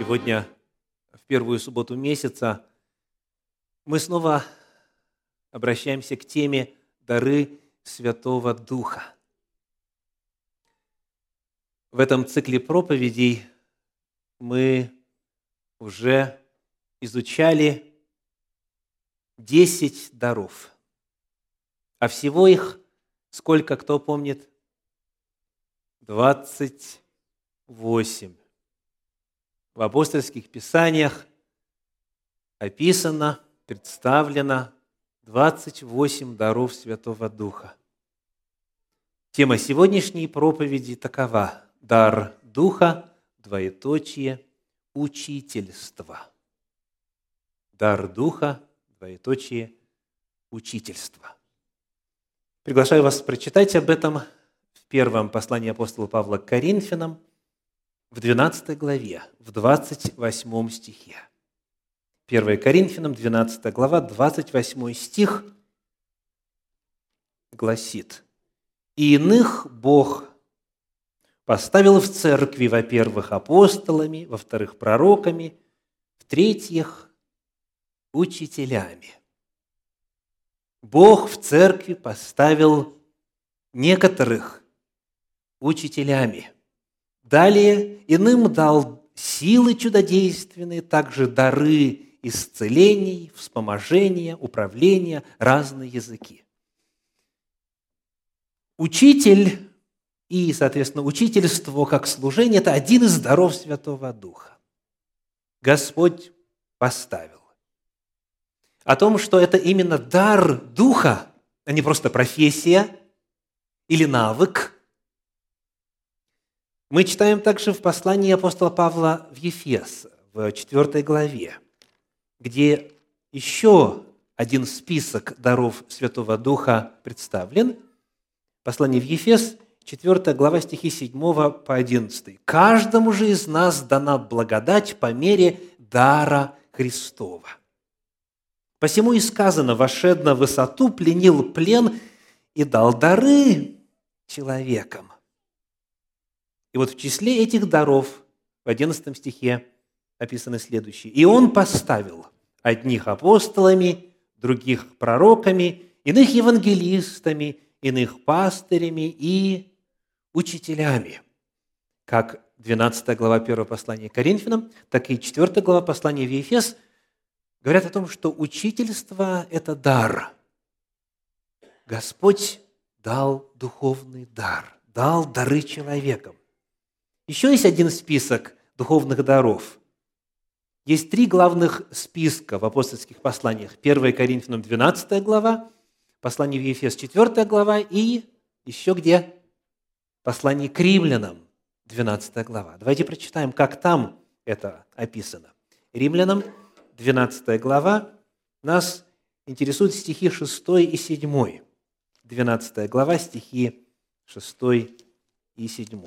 Сегодня, в первую субботу месяца, мы снова обращаемся к теме «Дары Святого Духа». В этом цикле проповедей мы уже изучали 10 даров. А всего их, сколько, кто помнит? 28. В апостольских писаниях описано, представлено 28 даров Святого Духа. Тема сегодняшней проповеди такова: дар Духа, двоеточие, учительство. Дар Духа, двоеточие, учительство. Приглашаю вас прочитать об этом в первом послании апостола Павла к Коринфянам, в 12 главе, в 28 стихе. 1 Коринфянам, 12 глава, 28 стих гласит: «И иных Бог поставил в церкви, во-первых, апостолами, во-вторых, пророками, в-третьих, учителями». Бог в церкви поставил некоторых учителями. Далее иным дал силы чудодейственные, также дары исцелений, вспоможения, управления, разные языки. Учитель и, соответственно, учительство как служение – это один из даров Святого Духа. Господь поставил. О том, что это именно дар Духа, а не просто профессия или навык, мы читаем также в послании апостола Павла в Ефес, в 4 главе, где еще один список даров Святого Духа представлен. Послание в Ефес, 4 глава, стихи 7 по 11. «Каждому же из нас дана благодать по мере дара Христова. Посему и сказано: вошед на высоту, пленил плен и дал дары человекам». И вот в числе этих даров в 11 стихе описаны следующие: «И он поставил одних апостолами, других пророками, иных евангелистами, иных пастырями и учителями». Как 12 глава 1 послания к Коринфянам, так и 4 глава послания в Ефес говорят о том, что учительство – это дар. Господь дал духовный дар, дал дары человекам. Еще есть один список духовных даров. Есть 3 главных списка в апостольских посланиях. 1 Коринфянам 12 глава, послание в Ефес 4 глава и еще где? Послание к Римлянам 12 глава. Давайте прочитаем, как там это описано. Римлянам 12 глава. Нас интересуют стихи 6 и 7. 12 глава, стихи 6 и 7.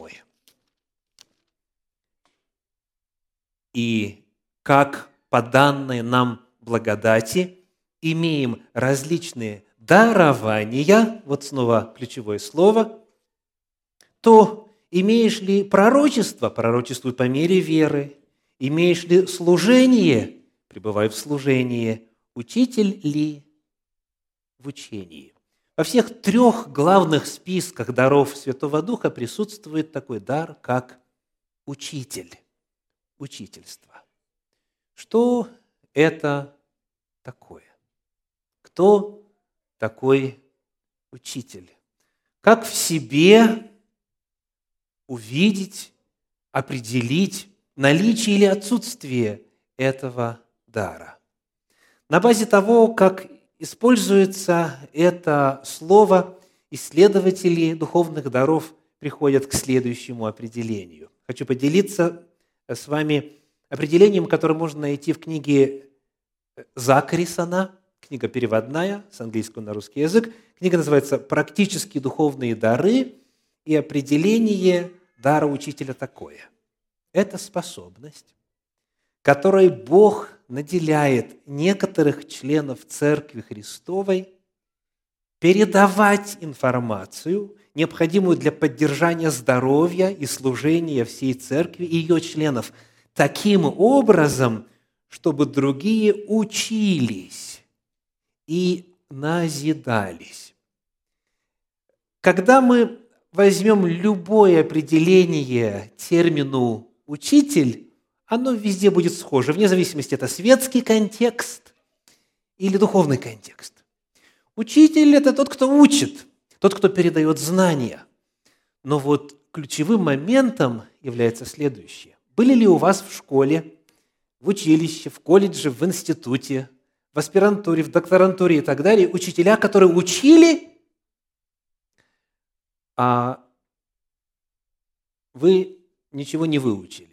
«И как по данной нам благодати имеем различные дарования», вот снова ключевое слово, «то имеешь ли пророчество, пророчествуй по мере веры, имеешь ли служение, пребывай в служении, учитель ли в учении». Во всех 3 главных списках даров Святого Духа присутствует такой дар, как учитель. Учительство. Что это такое? Кто такой учитель? Как в себе увидеть, определить наличие или отсутствие этого дара? На базе того, как используется это слово, исследователи духовных даров приходят к следующему определению. Хочу поделиться с вами определением, которое можно найти в книге Закрисона, книга переводная с английского на русский язык. Книга называется «Практические духовные дары», и определение дара учителя такое: это способность, которой Бог наделяет некоторых членов Церкви Христовой передавать информацию, необходимую для поддержания здоровья и служения всей Церкви и ее членов, таким образом, чтобы другие учились и назидались. Когда мы возьмем любое определение термину «учитель», оно везде будет схоже, вне зависимости, это светский контекст или духовный контекст. Учитель – это тот, кто учит, тот, кто передает знания. Но вот ключевым моментом является следующее. Были ли у вас в школе, в училище, в колледже, в институте, в аспирантуре, в докторантуре и так далее учителя, которые учили, а вы ничего не выучили?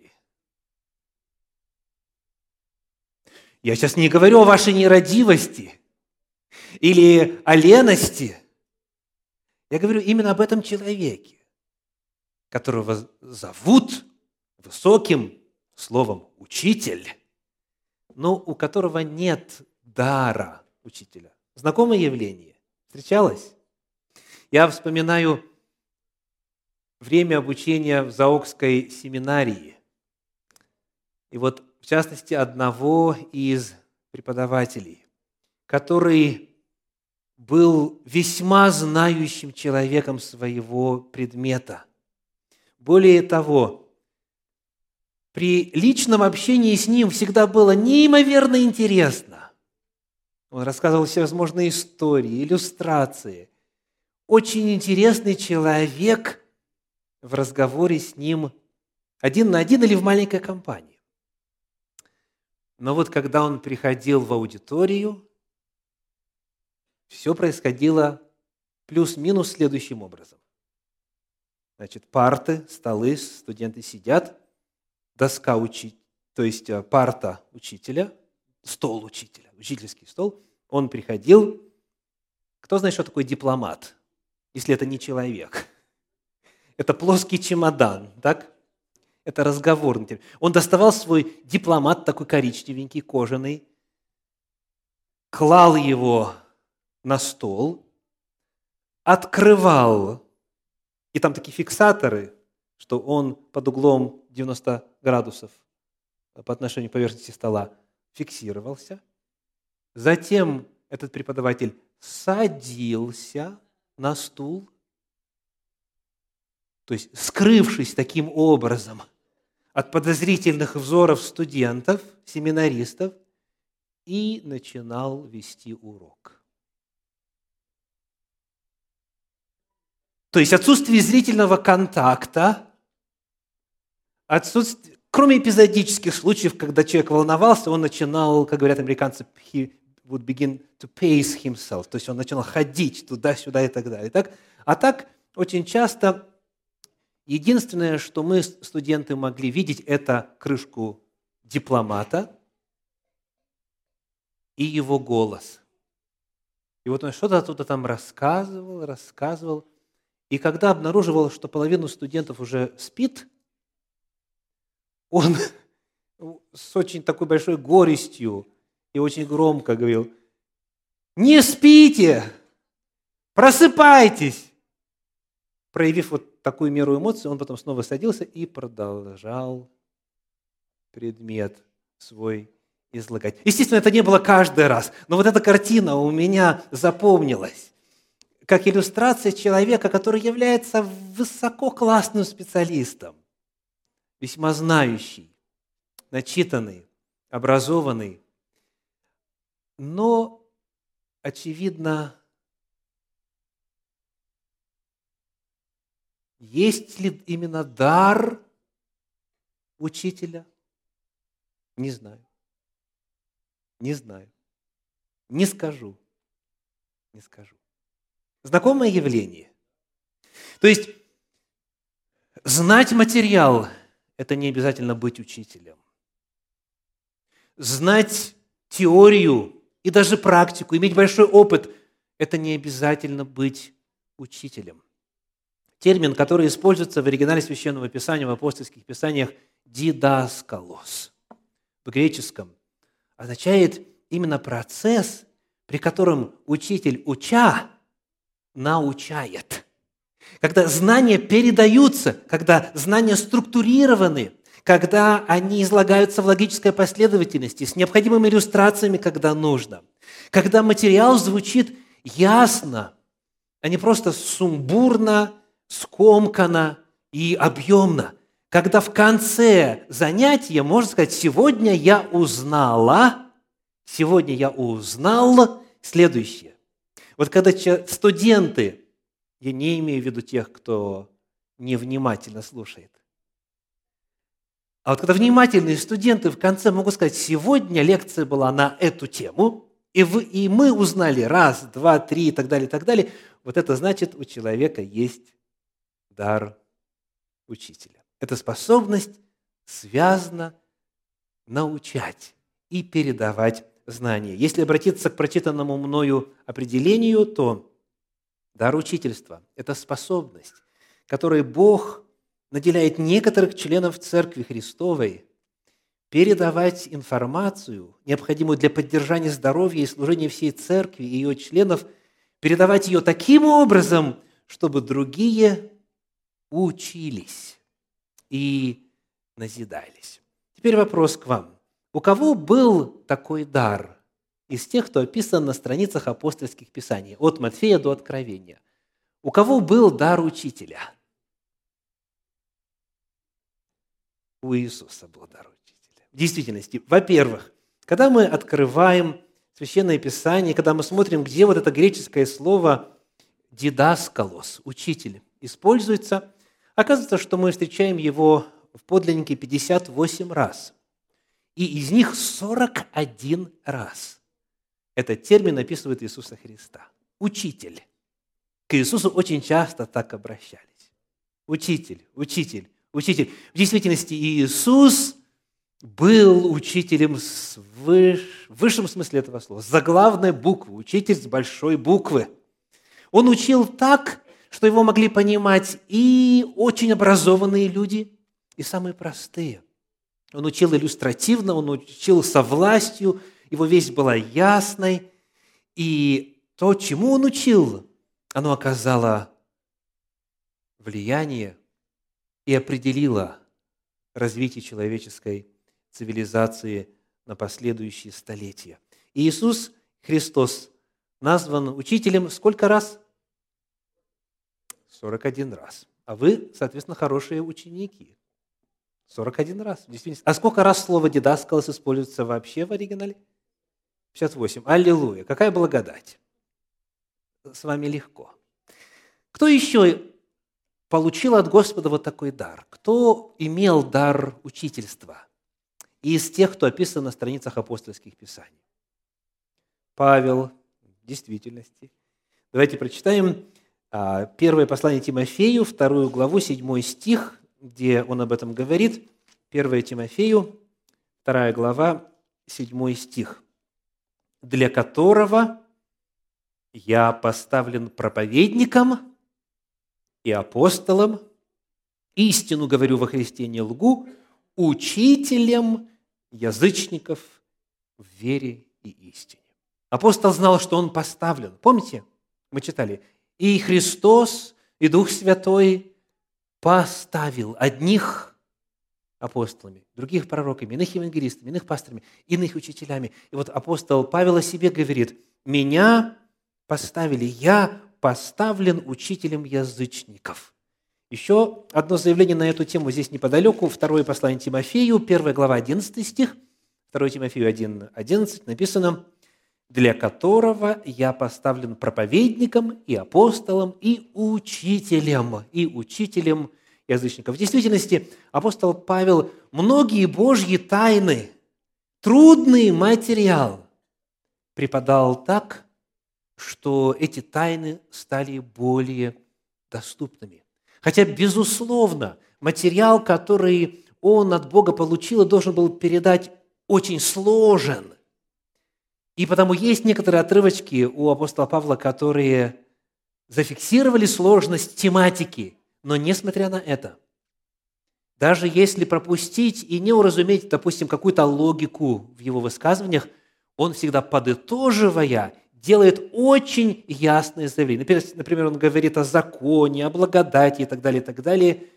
Я сейчас не говорю о вашей нерадивости или о лености. Я говорю именно об этом человеке, которого зовут высоким словом «учитель», но у которого нет дара учителя. Знакомое явление? Встречалось? Я вспоминаю время обучения в Заокской семинарии. И вот, в частности, одного из преподавателей, который был весьма знающим человеком своего предмета. Более того, при личном общении с ним всегда было неимоверно интересно. Он рассказывал всевозможные истории, иллюстрации. Очень интересный человек в разговоре с ним один на один или в маленькой компании. Но вот когда он приходил в аудиторию, все происходило плюс-минус следующим образом. Значит, парты, столы, студенты сидят, доска учителя, то есть парта учителя, стол учителя, учительский стол. Он приходил. Кто знает, что такое дипломат, если это не человек? Это плоский чемодан, так? Это разговорный. Он доставал свой дипломат, такой коричневенький, кожаный, клал его на стол, открывал, и там такие фиксаторы, что он под углом 90 градусов по отношению к поверхности стола фиксировался. Затем этот преподаватель садился на стул, то есть скрывшись таким образом от подозрительных взоров студентов, семинаристов, и начинал вести урок. То есть отсутствие зрительного контакта, кроме эпизодических случаев, когда человек волновался, он начинал, как говорят американцы, he would begin to pace himself, то есть он начинал ходить туда-сюда и так далее. А так очень часто единственное, что мы, студенты, могли видеть, это крышку дипломата и его голос. И вот он что-то оттуда там рассказывал. И когда обнаруживал, что половину студентов уже спит, он с очень такой большой горестью и очень громко говорил: «Не спите! Просыпайтесь!» Проявив вот такую меру эмоций, он потом снова садился и продолжал предмет свой излагать. Естественно, это не было каждый раз, но вот эта картина у меня запомнилась как иллюстрация человека, который является высококлассным специалистом, весьма знающий, начитанный, образованный, но, очевидно, есть ли именно дар учителя? Не знаю. Не скажу. Знакомое явление. То есть знать материал – это не обязательно быть учителем. Знать теорию и даже практику, иметь большой опыт – это не обязательно быть учителем. Термин, который используется в оригинале Священного Писания, в апостольских писаниях «дидаскалос» в греческом, означает именно процесс, при котором учитель, уча, научает. Когда знания передаются, когда знания структурированы, когда они излагаются в логической последовательности, с необходимыми иллюстрациями, когда нужно, когда материал звучит ясно, а не просто сумбурно, скомканно и объемно. Когда в конце занятия можно сказать: сегодня я узнал следующее. Вот когда студенты, я не имею в виду тех, кто невнимательно слушает, а вот когда внимательные студенты в конце могут сказать: сегодня лекция была на эту тему, и мы узнали раз, два, три и так далее, вот это значит, у человека есть дар учителя. Это способность связно научать и передавать знания. Если обратиться к прочитанному мною определению, то дар учительства – это способность, которой Бог наделяет некоторых членов Церкви Христовой передавать информацию, необходимую для поддержания здоровья и служения всей Церкви и ее членов, передавать ее таким образом, чтобы другие учились и назидались. Теперь вопрос к вам. У кого был такой дар из тех, кто описан на страницах апостольских писаний, от Матфея до Откровения? У кого был дар учителя? У Иисуса был дар учителя. В действительности, во-первых, когда мы открываем Священное Писание, когда мы смотрим, где вот это греческое слово «дидаскалос», «учитель», используется, оказывается, что мы встречаем его в подлиннике 58 раз. И из них 41 раз этот термин описывает Иисуса Христа. Учитель. К Иисусу очень часто так обращались. Учитель, учитель, учитель. В действительности Иисус был учителем в высшем смысле этого слова, с заглавной буквы, учитель с большой буквы. Он учил так, что его могли понимать и очень образованные люди, и самые простые. Он учил иллюстративно, он учил со властью, его весть была ясной, и то, чему он учил, оно оказало влияние и определило развитие человеческой цивилизации на последующие столетия. И Иисус Христос назван учителем сколько раз? 41 раз. А вы, соответственно, хорошие ученики. 41 раз. Действительно. А сколько раз слово «дидаскалос» используется вообще в оригинале? 58. Аллилуйя. Какая благодать. С вами легко. Кто еще получил от Господа вот такой дар? Кто имел дар учительства из тех, кто описан на страницах апостольских писаний? Павел, в действительности. Давайте прочитаем первое послание Тимофею, 2 главу, 7 стих, где он об этом говорит. 1 Тимофею, 2 глава, 7 стих. «Для которого я поставлен проповедником и апостолом, истину говорю во Христе, не лгу, учителем язычников в вере и истине». Апостол знал, что он поставлен. Помните, мы читали, «И Христос, и Дух Святой поставил одних апостолами, других пророками, иных евангелистами, иных пасторами, иных учителями». И вот апостол Павел о себе говорит: «Меня поставили, я поставлен учителем язычников». Еще одно заявление на эту тему здесь неподалеку. Второе послание Тимофею, 1 глава, 11 стих. 2 Тимофею 1, 11 написано: «Для которого я поставлен проповедником и апостолом и учителем язычников». В действительности апостол Павел многие Божьи тайны, трудный материал преподал так, что эти тайны стали более доступными. Хотя, безусловно, материал, который он от Бога получил и должен был передать, очень сложен. И потому есть некоторые отрывочки у апостола Павла, которые зафиксировали сложность тематики. Но несмотря на это, даже если пропустить и не уразуметь, допустим, какую-то логику в его высказываниях, он всегда, подытоживая, делает очень ясные заявления. Например, он говорит о законе, о благодати и так далее, и так далее.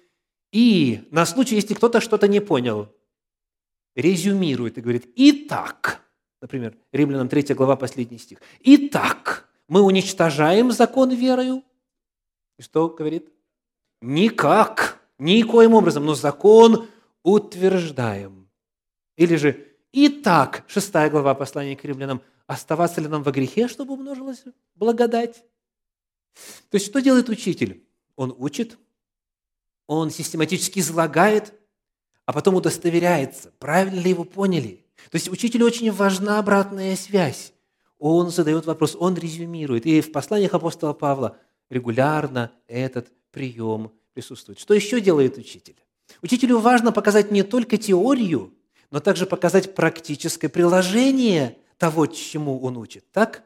И на случай, если кто-то что-то не понял, резюмирует и говорит: «Итак», например, Римлянам 3 глава, последний стих, «Итак, мы уничтожаем закон верою». И что говорит? Никак, никоим образом, но закон утверждаем. Или же: «Итак», 6 глава послания к Римлянам, «оставаться ли нам во грехе, чтобы умножилась благодать?» То есть, что делает учитель? Он учит, он систематически излагает, а потом удостоверяется, правильно ли его поняли. То есть учителю очень важна обратная связь. Он задает вопрос, он резюмирует. И в посланиях апостола Павла регулярно этот прием присутствует. Что еще делает учитель? Учителю важно показать не только теорию, но также показать практическое приложение того, чему он учит. Так?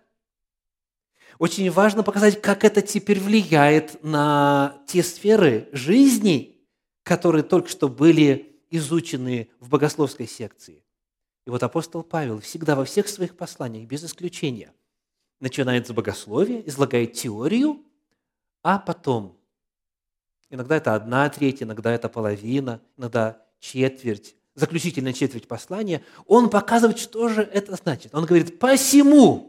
Очень важно показать, как это теперь влияет на те сферы жизни, которые только что были изучены в богословской секции. И вот апостол Павел всегда во всех своих посланиях, без исключения, начинает с богословия, излагает теорию, а потом, иногда это 1/3, иногда это половина, иногда четверть, заключительная четверть послания, он показывает, что же это значит. Он говорит: «Посему»,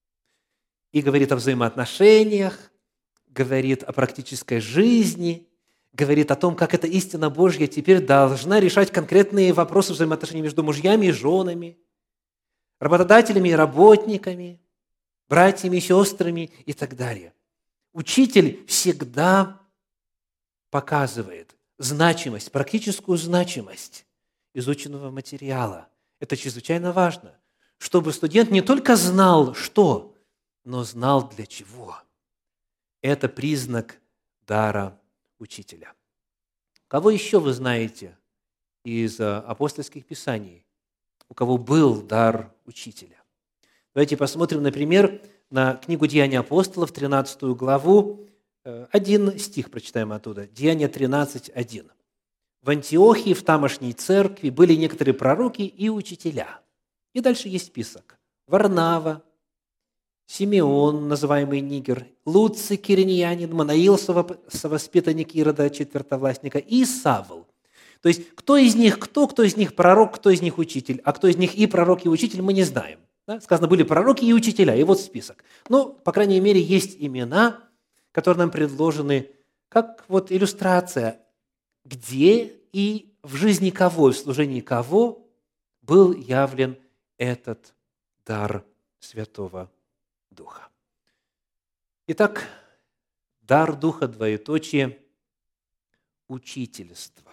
и говорит о взаимоотношениях, говорит о практической жизни, говорит о том, как эта истина Божья теперь должна решать конкретные вопросы взаимоотношений между мужьями и женами, работодателями и работниками, братьями и сестрами и так далее. Учитель всегда показывает значимость, практическую значимость изученного материала. Это чрезвычайно важно, чтобы студент не только знал, что, но знал для чего. Это признак дара учителя. Кого еще вы знаете из апостольских писаний, у кого был дар учителя? Давайте посмотрим, например, на книгу «Деяния апостолов», 13 главу, один стих прочитаем оттуда. Деяния 13:1. «В Антиохии, в тамошней церкви, были некоторые пророки и учителя». И дальше есть список. Варнава, Симеон, называемый Нигер, Луций, кириньянин, Манаил, совоспитанник Ирода, четвертовластника, и Савл. То есть, кто из них кто из них пророк, кто из них учитель, а кто из них и пророк, и учитель, мы не знаем. Да? Сказано, были пророки и учителя, и вот список. Но, по крайней мере, есть имена, которые нам предложены как вот иллюстрация, где и в жизни кого, и в служении кого был явлен этот дар Святого Духа. Итак, дар Духа, двоеточие, учительство.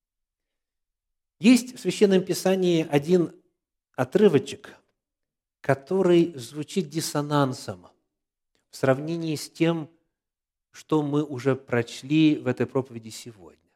Есть в Священном Писании один отрывочек, который звучит диссонансом в сравнении с тем, что мы уже прочли в этой проповеди сегодня.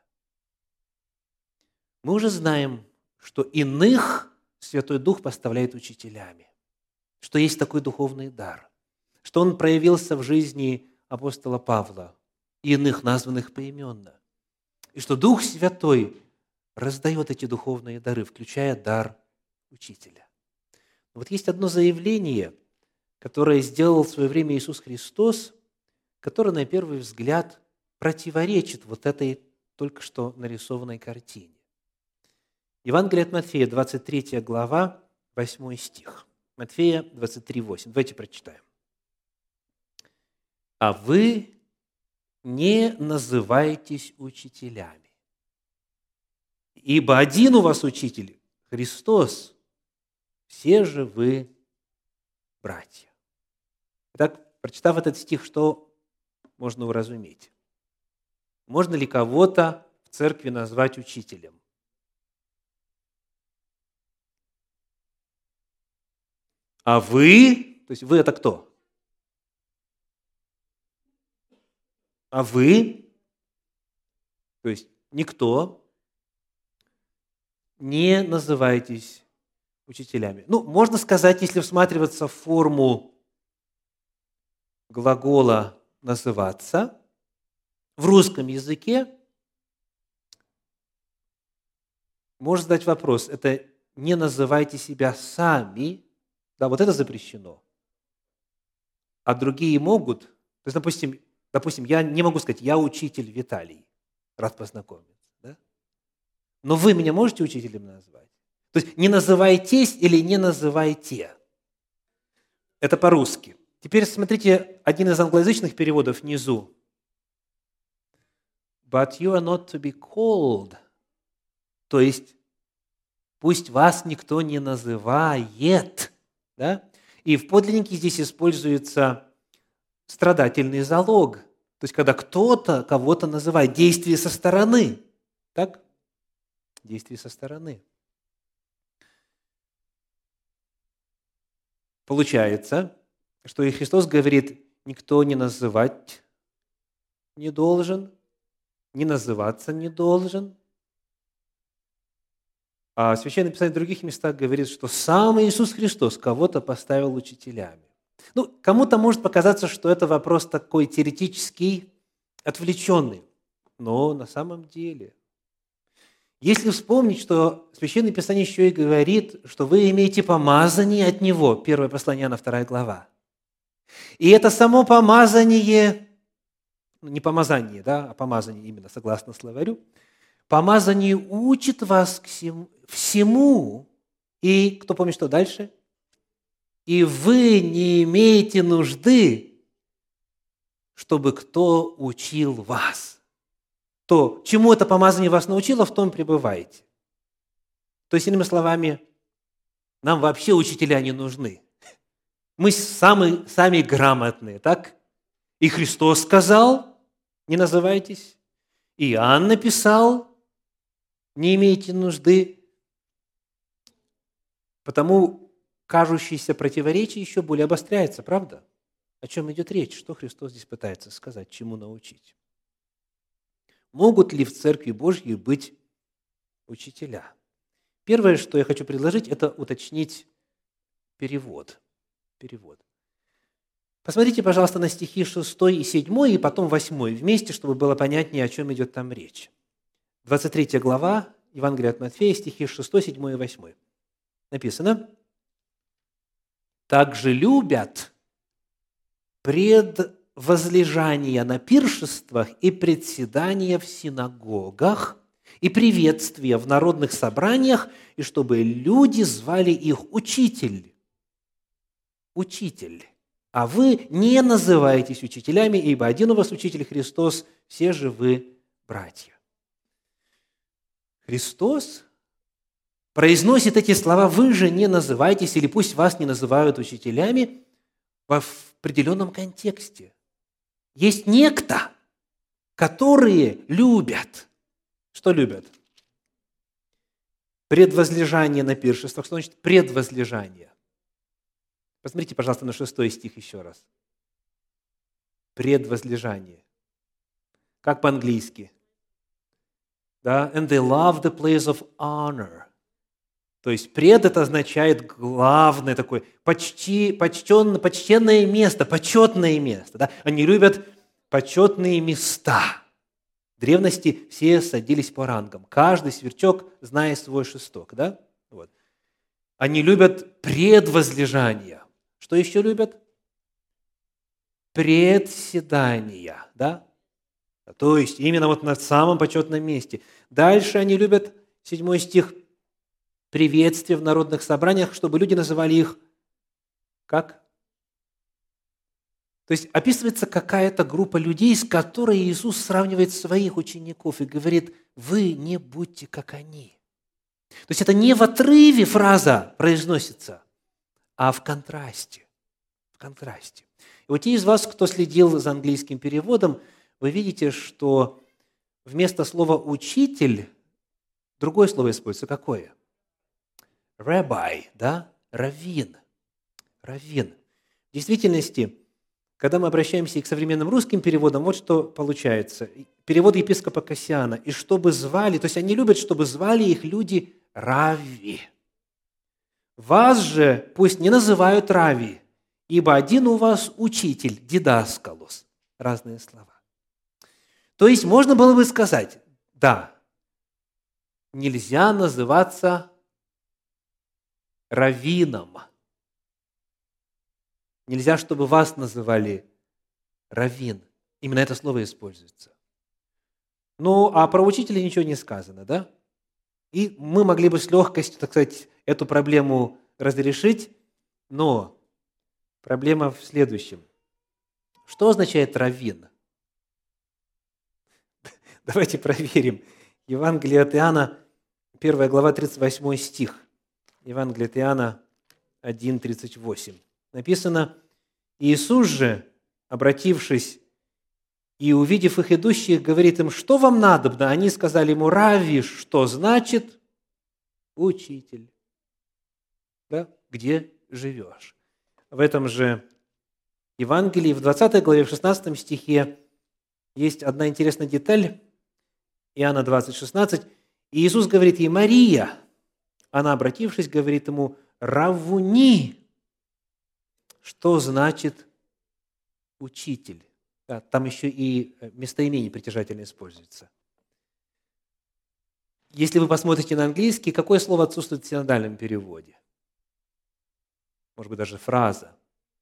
Мы уже знаем, что иных Святой Дух поставляет учителями, что есть такой духовный дар, что он проявился в жизни апостола Павла и иных, названных поименно, и что Дух Святой раздает эти духовные дары, включая дар учителя. Но вот есть одно заявление, которое сделал в свое время Иисус Христос, которое на первый взгляд противоречит вот этой только что нарисованной картине. Евангелие от Матфея, 23 глава, 8 стих. Матфея 23:8. Давайте прочитаем. «А вы не называйтесь учителями, ибо один у вас учитель, Христос, все же вы братья». Итак, прочитав этот стих, что можно уразуметь? Можно ли кого-то в церкви назвать учителем? А вы, то есть вы это кто? А вы, то есть никто, не называйтесь учителями. Ну, можно сказать, если всматриваться в форму глагола «называться», в русском языке можно задать вопрос, это «не называйте себя сами», да, вот это запрещено, а другие могут, то есть, допустим, я не могу сказать, я учитель Виталий, рад познакомиться, да? Но вы меня можете учителем назвать? То есть не называйтесь или не называйте. Это по-русски. Теперь смотрите, один из англоязычных переводов внизу. But you are not to be called. То есть пусть вас никто не называет. Да? И в подлиннике здесь используется страдательный залог. То есть когда кто-то кого-то называет. Действие со стороны. Так? Действие со стороны. Получается, что и Христос говорит, никто не называть не должен, не называться не должен. А Священное Писание в других местах говорит, что сам Иисус Христос кого-то поставил учителями. Кому-то может показаться, что это вопрос такой теоретический, отвлеченный. Но на самом деле, если вспомнить, что Священное Писание еще и говорит, что вы имеете помазание от Него, 1 послание Иоанна, 2 глава. И это само помазание, не помазание, да, а помазание именно, согласно словарю, помазание учит вас всему, и, кто помнит, что дальше? И вы не имеете нужды, чтобы кто учил вас. То, чему это помазание вас научило, в том пребываете. То есть, иными словами, нам вообще учителя не нужны. Мы сами грамотные, так? И Христос сказал, не называйтесь. И Иоанн написал, не имеете нужды. Потому кажущееся противоречие еще более обостряется, правда? О чем идет речь? Что Христос здесь пытается сказать, чему научить? Могут ли в Церкви Божьей быть учителя? Первое, что я хочу предложить, это уточнить перевод. Посмотрите, пожалуйста, на стихи 6 и 7, и потом 8 вместе, чтобы было понятнее, о чем идет там речь. 23 глава Евангелия от Матфея, стихи 6, 7 и 8. Написано: «Также любят предвозлежания на пиршествах и председания в синагогах и приветствия в народных собраниях, и чтобы люди звали их учитель. Учитель. А вы не называетесь учителями, ибо один у вас учитель Христос, все же вы братья». Христос произносит эти слова: «Вы же не называетесь», или пусть вас не называют учителями, в определенном контексте. Есть некто, которые любят. Что любят? Предвозлежание на пиршествах. Что значит предвозлежание? Посмотрите, пожалуйста, на 6 стих еще раз. Предвозлежание. Как по-английски? Да? And they love the place of honor. То есть пред это означает главное такое, почтенное место, почетное место. Да? Они любят почетные места. В древности все садились по рангам. Каждый сверчок, зная свой шесток. Да? Вот. Они любят предвозлежание. Что еще любят? Председания. Да? То есть именно вот на самом почетном месте. Дальше они любят, 7 стих, приветствие в народных собраниях, чтобы люди называли их как? То есть описывается какая-то группа людей, с которой Иисус сравнивает своих учеников и говорит: вы не будьте как они. То есть это не в отрыве фраза произносится, а в контрасте. В контрасте. И вот те из вас, кто следил за английским переводом, вы видите, что вместо слова «учитель» другое слово используется. Какое? Rabbi, да? Раввин. Раввин. В действительности, когда мы обращаемся и к современным русским переводам, вот что получается. Перевод епископа Кассиана. «И чтобы звали», то есть они любят, чтобы звали их люди Равви. «Вас же пусть не называют Равви, ибо один у вас учитель, дидаскалос». Разные слова. То есть можно было бы сказать, да, нельзя называться раввином. Нельзя, чтобы вас называли раввин. Именно это слово используется. Ну, а про учителя ничего не сказано, да? И мы могли бы с легкостью, так сказать, эту проблему разрешить, но проблема в следующем. Что означает раввин? Давайте проверим. Евангелие от Иоанна, 1 глава, 38 стих. Евангелие от Иоанна 1:38. Написано: «Иисус же, обратившись и увидев их идущих, говорит им: что вам надобно? Они сказали ему: Равви, что значит учитель». Да? Где живешь? В этом же Евангелии, в 20 главе, в 16 стихе, есть одна интересная деталь. Иоанна 20:16. И Иисус говорит ей: Мария. Она, обратившись, говорит ему: Раввуни, что значит учитель. Да, там еще и местоимение притяжательное используется. Если вы посмотрите на английский, какое слово отсутствует в синодальном переводе? Может быть, даже фраза.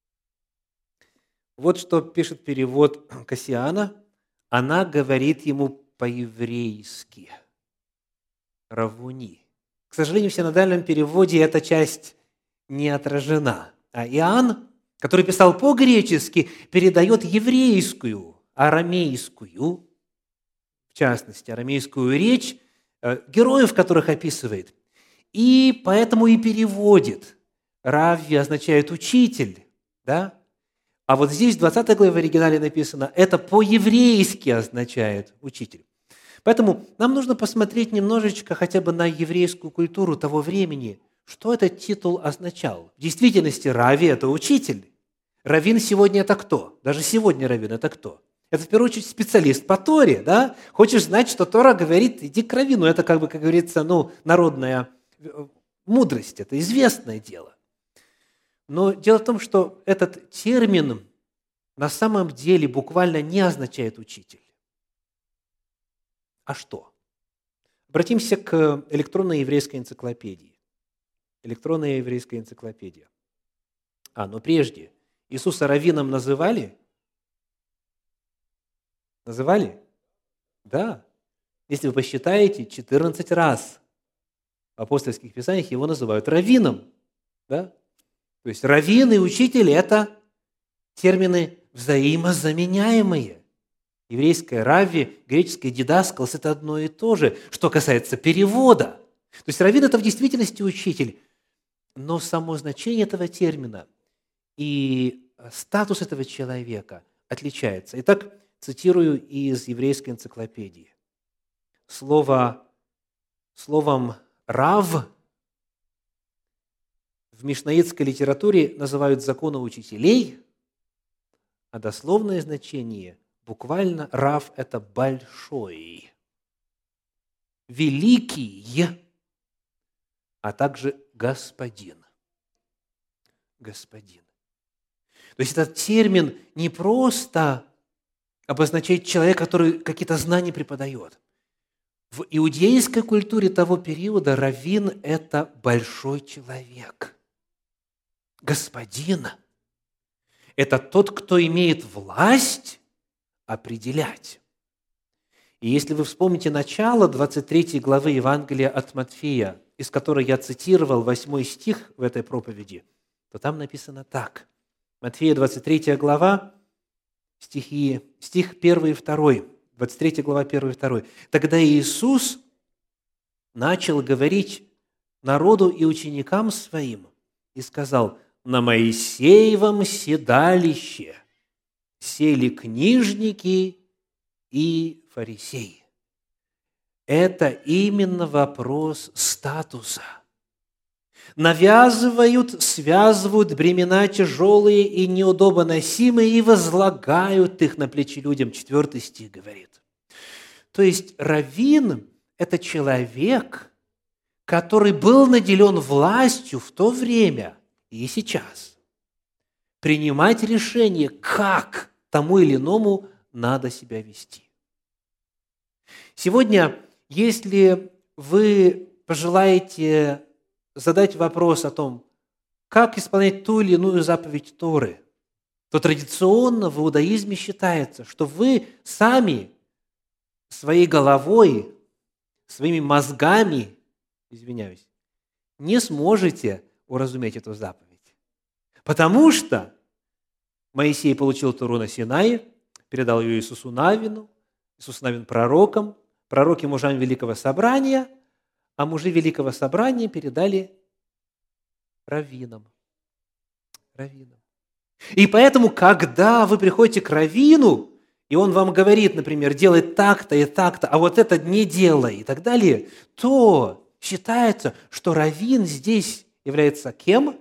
Вот что пишет перевод Кассиана. Она говорит ему по-еврейски. Раввуни. К сожалению, в синодальном переводе эта часть не отражена. А Иоанн, который писал по-гречески, передает еврейскую, арамейскую, в частности, арамейскую речь, героев, которых описывает. И поэтому и переводит. Равви означает учитель, да? А вот здесь, в 20 главе в оригинале написано, это по-еврейски означает учитель. Поэтому нам нужно посмотреть немножечко хотя бы на еврейскую культуру того времени, что этот титул означал. В действительности равви – это учитель. Раввин сегодня – это кто? Даже сегодня раввин – это кто? Это, в первую очередь, специалист по Торе, да? Хочешь знать, что Тора говорит, иди к раввину. Это, как говорится, народная мудрость, это известное дело. Но дело в том, что этот термин на самом деле буквально не означает учитель. А что? Обратимся к электронной еврейской энциклопедии. Электронная еврейская энциклопедия. Но прежде, Иисуса раввином называли? Называли? Да. Если вы посчитаете, 14 раз в апостольских писаниях его называют раввином. Да? То есть раввин и учитель – это термины взаимозаменяемые. Еврейское равви, греческое дидаскалос – это одно и то же, что касается перевода. То есть раввин – это в действительности учитель, но само значение этого термина и статус этого человека отличается. Итак, цитирую из еврейской энциклопедии. Словом «рав» в мишнаитской литературе называют законоучителей, а дословное значение буквально «рав» – это «большой», «великий», а также «господин». Господин. То есть этот термин не просто обозначает человека, который какие-то знания преподает. В иудейской культуре того периода раввин – это большой человек. Господин – это тот, кто имеет власть определять. И если вы вспомните начало 23 главы Евангелия от Матфея, из которой я цитировал 8 стих в этой проповеди, то там написано так. Матфея 23 глава, стих 1 и 2, 23 глава 1 и 2. «Тогда Иисус начал говорить народу и ученикам своим и сказал: на Моисеевом седалище сели книжники и фарисеи». Это именно вопрос статуса. Навязывают, связывают бремена тяжелые и неудобоносимые и возлагают их на плечи людям. 4 стих говорит. То есть раввин – это человек, который был наделен властью в то время и сейчас принимать решение, как тому или иному надо себя вести. Сегодня, если вы пожелаете задать вопрос о том, как исполнять ту или иную заповедь Торы, то традиционно в иудаизме считается, что вы сами своей головой, своими мозгами извиняюсь, не сможете уразуметь эту заповедь. Потому что Моисей получил Тору на Синае, передал ее Иисусу Навину, Иисус Навин пророкам, пророки мужам Великого Собрания, а мужи Великого Собрания передали раввинам. И поэтому, когда вы приходите к раввину, и он вам говорит, например, делай так-то и так-то, а вот это не делай и так далее, то считается, что раввин здесь является кем?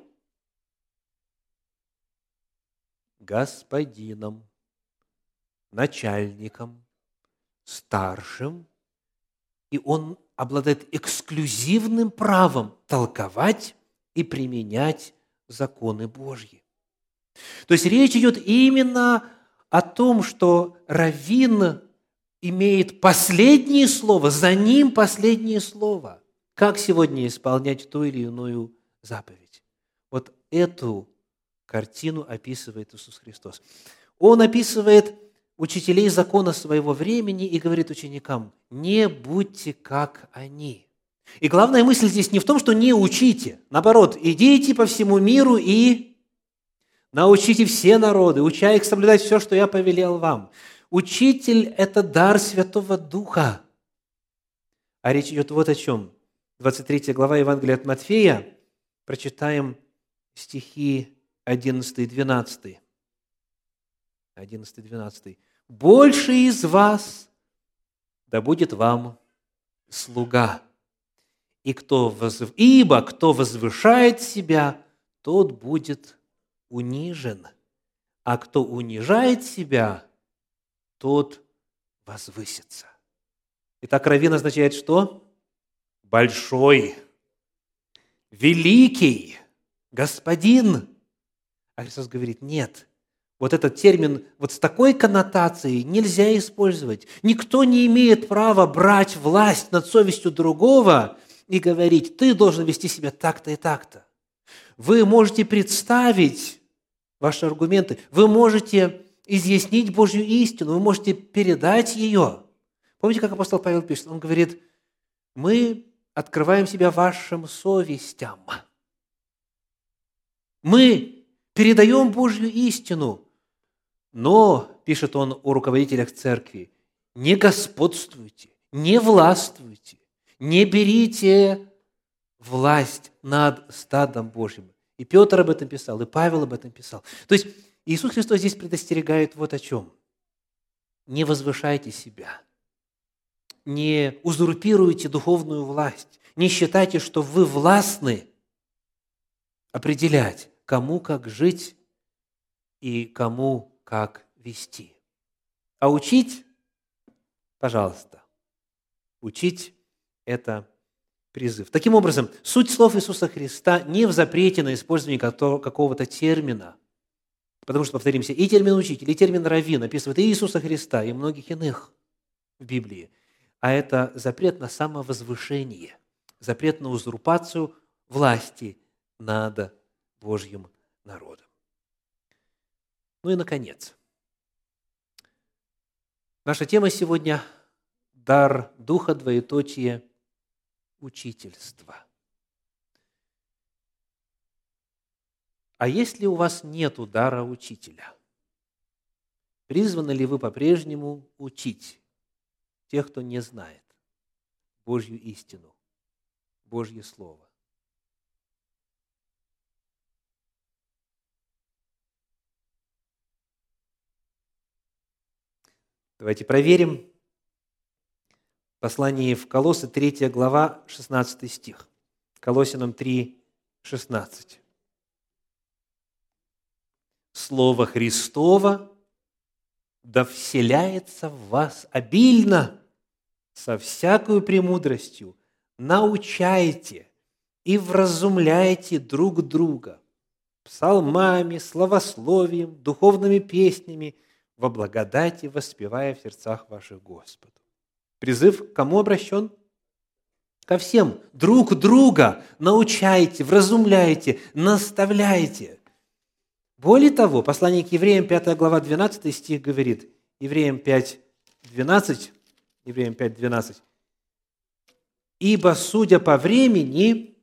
Господином, начальником, старшим, и он обладает эксклюзивным правом толковать и применять законы Божьи. То есть речь идет именно о том, что раввин имеет последнее слово, за ним последнее слово. Как сегодня исполнять ту или иную заповедь? Вот эту картину описывает Иисус Христос. Он описывает учителей закона своего времени и говорит ученикам: не будьте как они. И главная мысль здесь не в том, что не учите. Наоборот, идите по всему миру и научите все народы, уча их соблюдать все, что я повелел вам. Учитель – это дар Святого Духа. А речь идет вот о чем. 23 глава Евангелия от Матфея. Прочитаем стихи 11 и 12. 11 и 12. «Больше из вас да будет вам слуга, ибо кто возвышает себя, тот будет унижен, а кто унижает себя, тот возвысится». Итак, раввин означает что? Большой, великий, господин. А Христос говорит: нет, вот этот термин вот с такой коннотацией нельзя использовать. Никто не имеет права брать власть над совестью другого и говорить: ты должен вести себя так-то и так-то. Вы можете представить ваши аргументы, вы можете изъяснить Божью истину, вы можете передать ее. Помните, как апостол Павел пишет? Он говорит: мы открываем себя вашим совестям. Мы передаем Божью истину, но, пишет он о руководителях церкви, не господствуйте, не властвуйте, не берите власть над стадом Божьим. И Петр об этом писал, и Павел об этом писал. То есть Иисус Христос здесь предостерегает вот о чем. Не возвышайте себя, не узурпируйте духовную власть, не считайте, что вы властны определять, кому как жить и кому как вести. А учить, пожалуйста, учить – это призыв. Таким образом, суть слов Иисуса Христа не в запрете на использование какого-то термина, потому что, повторимся, и термин «учитель», и термин «раввин» описывают и Иисуса Христа, и многих иных в Библии, а это запрет на самовозвышение, запрет на узурпацию власти над Божьим народом. Ну и, наконец, наша тема сегодня – дар Духа, двоеточие, учительство. А если у вас нет дара учителя, призваны ли вы по-прежнему учить тех, кто не знает Божью истину, Божье Слово? Давайте проверим. Послание в Колоссы, 3 глава, 16 стих. Колоссянам 3, 16. «Слово Христово да вселяется в вас обильно, со всякою премудростью, научайте и вразумляйте друг друга псалмами, славословием, духовными песнями, во благодати воспевая в сердцах ваших Господу». Призыв к кому обращен? Ко всем. Друг друга научайте, вразумляйте, наставляйте. Более того, послание к Евреям, 5 глава, 12 стих говорит, Евреям 5:12, Ибо, судя по времени,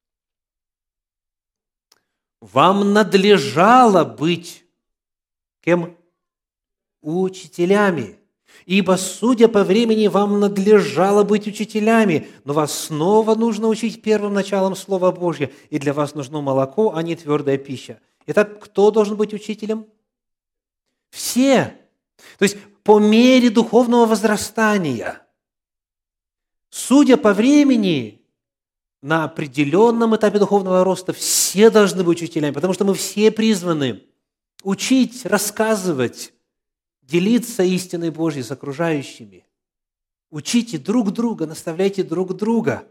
вам надлежало быть кем? Учителями. Ибо, судя по времени, вам надлежало быть учителями, но вас снова нужно учить первым началом Слова Божьего, и для вас нужно молоко, а не твердая пища. Итак, кто должен быть учителем? Все. То есть, по мере духовного возрастания. Судя по времени, на определенном этапе духовного роста все должны быть учителями, потому что мы все призваны учить, рассказывать, делиться истиной Божьей с окружающими. Учите друг друга, наставляйте друг друга.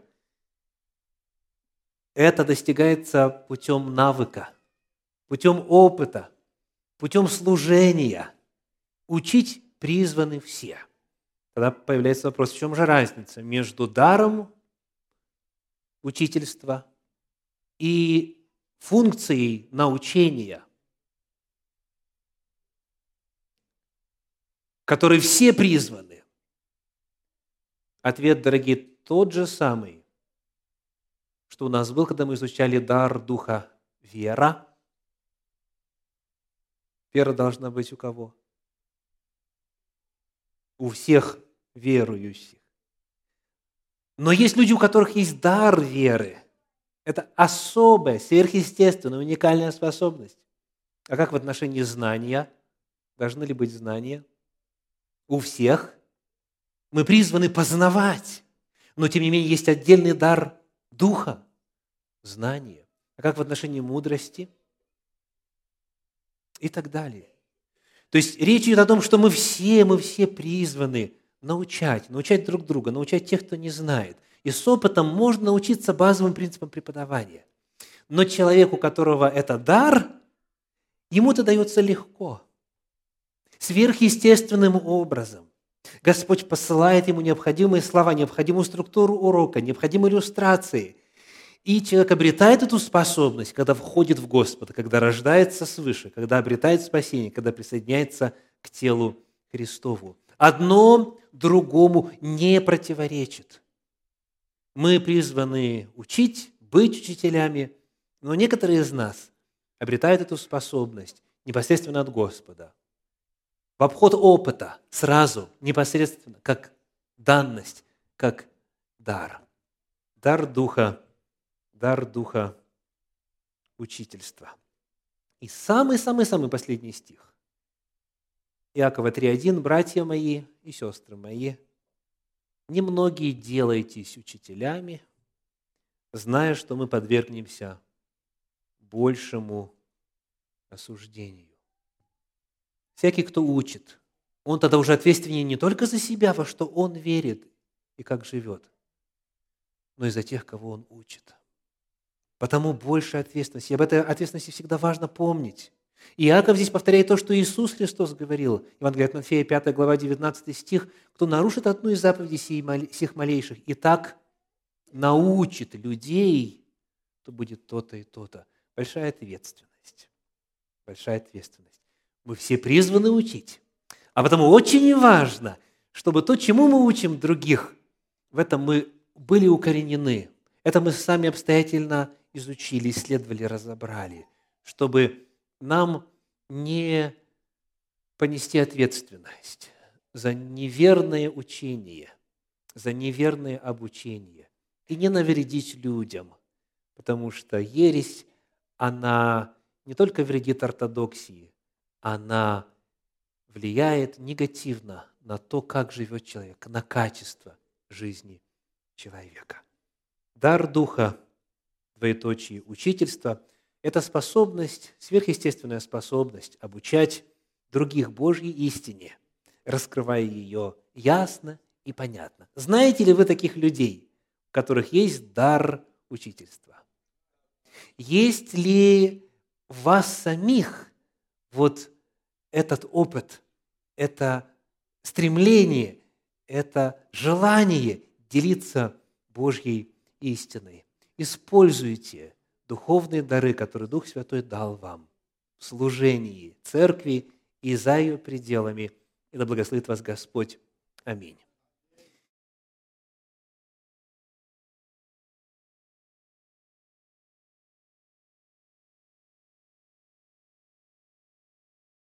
Это достигается путем навыка, путем опыта, путем служения. Учить призваны все. Тогда появляется вопрос, в чем же разница между даром учительства и функцией научения, которой все призваны? Ответ, дорогие, тот же самый, что у нас был, когда мы изучали дар Духа вера. Вера должна быть у кого? У всех верующих. Но есть люди, у которых есть дар веры. Это особая, сверхъестественная, уникальная способность. А как в отношении знания? Должны ли быть знания? У всех. Мы призваны познавать, но тем не менее есть отдельный дар Духа, знания. А как в отношении мудрости? И так далее. То есть речь идет о том, что мы все призваны научать друг друга, научать тех, кто не знает. И с опытом можно научиться базовым принципам преподавания. Но человеку, у которого это дар, ему это дается легко, сверхъестественным образом. Господь посылает ему необходимые слова, необходимую структуру урока, необходимые иллюстрации. И человек обретает эту способность, когда входит в Господа, когда рождается свыше, когда обретает спасение, когда присоединяется к телу Христову. Одно другому не противоречит. Мы призваны учить, быть учителями, но некоторые из нас обретают эту способность непосредственно от Господа, в обход опыта, сразу, непосредственно, как данность, как дар. Дар Духа учительства. И самый-самый-самый последний стих. Иакова 3:1. «Братья мои и сестры мои, немногие делайтесь учителями, зная, что мы подвергнемся большему осуждению». Всякий, кто учит, он тогда уже ответственнее не только за себя, во что он верит и как живет, но и за тех, кого он учит. Потому больше ответственности. И об этой ответственности всегда важно помнить. И Иаков здесь повторяет то, что Иисус Христос говорил. Евангелие от Матфея, 5 глава, 19 стих. «Кто нарушит одну из заповедей сих малейших и так научит людей, то будет то-то и то-то». Большая ответственность. Большая ответственность. Мы все призваны учить. А потому очень важно, чтобы то, чему мы учим других, в этом мы были укоренены. Это мы сами обстоятельно изучили, исследовали, разобрали, чтобы нам не понести ответственность за неверное учение, за неверное обучение и не навредить людям, потому что ересь, она не только вредит ортодоксии, она влияет негативно на то, как живет человек, на качество жизни человека. Дар Духа, двоеточие, учительство – это способность, сверхъестественная способность обучать других Божьей истине, раскрывая ее ясно и понятно. Знаете ли вы таких людей, у которых есть дар учительства? Есть ли в вас самих вот этот опыт, это стремление, это желание делиться Божьей истиной? Используйте духовные дары, которые Дух Святой дал вам в служении церкви и за ее пределами. И да благословит вас Господь. Аминь.